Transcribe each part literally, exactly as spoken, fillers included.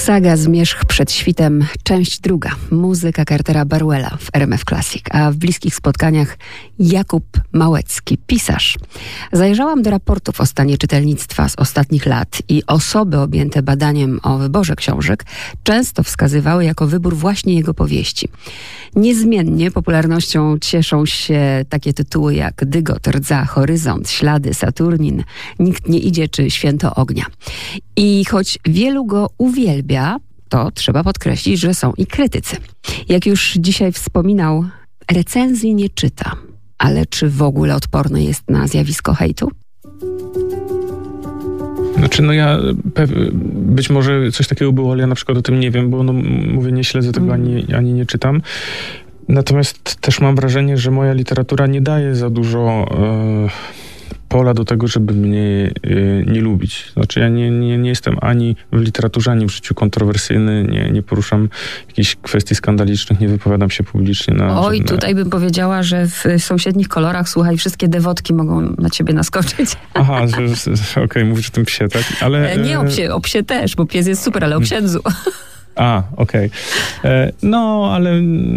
Saga Zmierzch przed świtem, część druga. Muzyka Cartera Barwella w R M F Classic, a w bliskich spotkaniach Jakub Małecki, pisarz. Zajrzałam do raportów o stanie czytelnictwa z ostatnich lat i osoby objęte badaniem o wyborze książek często wskazywały jako wybór właśnie jego powieści. Niezmiennie popularnością cieszą się takie tytuły jak Dygot, Rdza, Horyzont, Ślady, Saturnin, Nikt nie idzie czy Święto ognia. I choć wielu go uwielbia, to trzeba podkreślić, że są i krytycy. Jak już dzisiaj wspominał, recenzji nie czyta. Ale czy w ogóle odporny jest na zjawisko hejtu? Znaczy, no ja pew- być może coś takiego było, ale ja na przykład o tym nie wiem, bo no, mówię, nie śledzę tego mm. ani, ani nie czytam. Natomiast też mam wrażenie, że moja literatura nie daje za dużo e, pola do tego, żeby mnie e, nie lubić. Znaczy, ja nie, nie, nie jestem ani w literaturze, ani w życiu kontrowersyjny, nie, nie poruszam jakichś kwestii skandalicznych, nie wypowiadam się publicznie na... Oj, żadne... tutaj bym powiedziała, że w sąsiednich kolorach, słuchaj, wszystkie dewotki mogą na ciebie naskoczyć. Aha, okej, okay, mówisz o tym psie, tak? Ale, nie o psie, o psie też, bo pies jest super, ale o księdzu. A, okej. Okay. No, ale...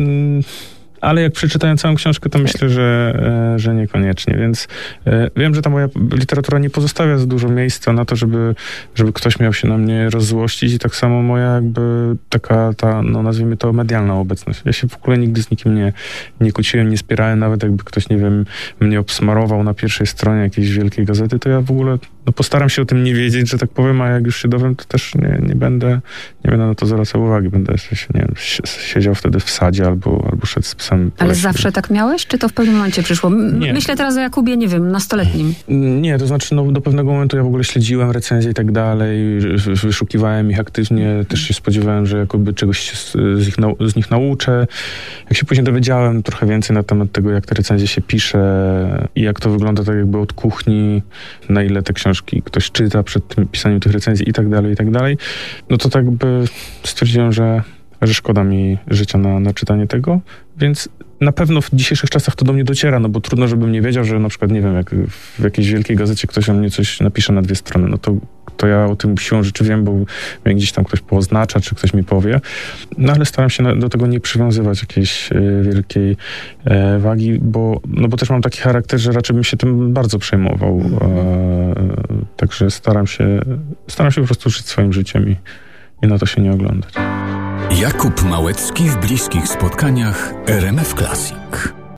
Ale jak przeczytałem całą książkę, to myślę, że, że niekoniecznie. Więc wiem, że ta moja literatura nie pozostawia za dużo miejsca na to, żeby, żeby ktoś miał się na mnie rozzłościć i tak samo moja jakby taka ta, no nazwijmy to, medialna obecność. Ja się w ogóle nigdy z nikim nie, nie kłóciłem, nie spierałem, nawet jakby ktoś, nie wiem, mnie obsmarował na pierwszej stronie jakiejś wielkiej gazety, to ja w ogóle no postaram się o tym nie wiedzieć, że tak powiem, a jak już się dowiem, to też nie, nie będę nie będę na to zwracał uwagi. Będę jeszcze się, nie wiem, siedział wtedy w sadzie albo, albo szedł z psem. Ale właśnie. Zawsze tak miałeś, czy to w pewnym momencie przyszło? M- nie. Myślę teraz o Jakubie, nie wiem, nastoletnim. Nie, to znaczy no, do pewnego momentu ja w ogóle śledziłem recenzje i tak dalej, wyszukiwałem ich aktywnie, też się spodziewałem, że jakoby czegoś się z nich, nau- z nich nauczę. Jak się później dowiedziałem trochę więcej na temat tego, jak te recenzje się pisze i jak to wygląda tak jakby od kuchni, na ile te książki ktoś czyta przed tym pisaniem tych recenzji i tak dalej, i tak dalej, no to tak by stwierdziłem, że, że szkoda mi życia na, na czytanie tego, więc na pewno w dzisiejszych czasach to do mnie dociera, no bo trudno, żebym nie wiedział, że na przykład, nie wiem, jak w jakiejś wielkiej gazecie ktoś o mnie coś napisze na dwie strony, no to, to ja o tym siłą rzeczy wiem, bo mnie gdzieś tam ktoś pooznacza, czy ktoś mi powie, no ale staram się na, do tego nie przywiązywać jakiejś e, wielkiej e, wagi, bo, no bo też mam taki charakter, że raczej bym się tym bardzo przejmował, e, także staram się, staram się po prostu żyć swoim życiem i, i na to się nie oglądać. Jakub Małecki w bliskich spotkaniach R M F Classic.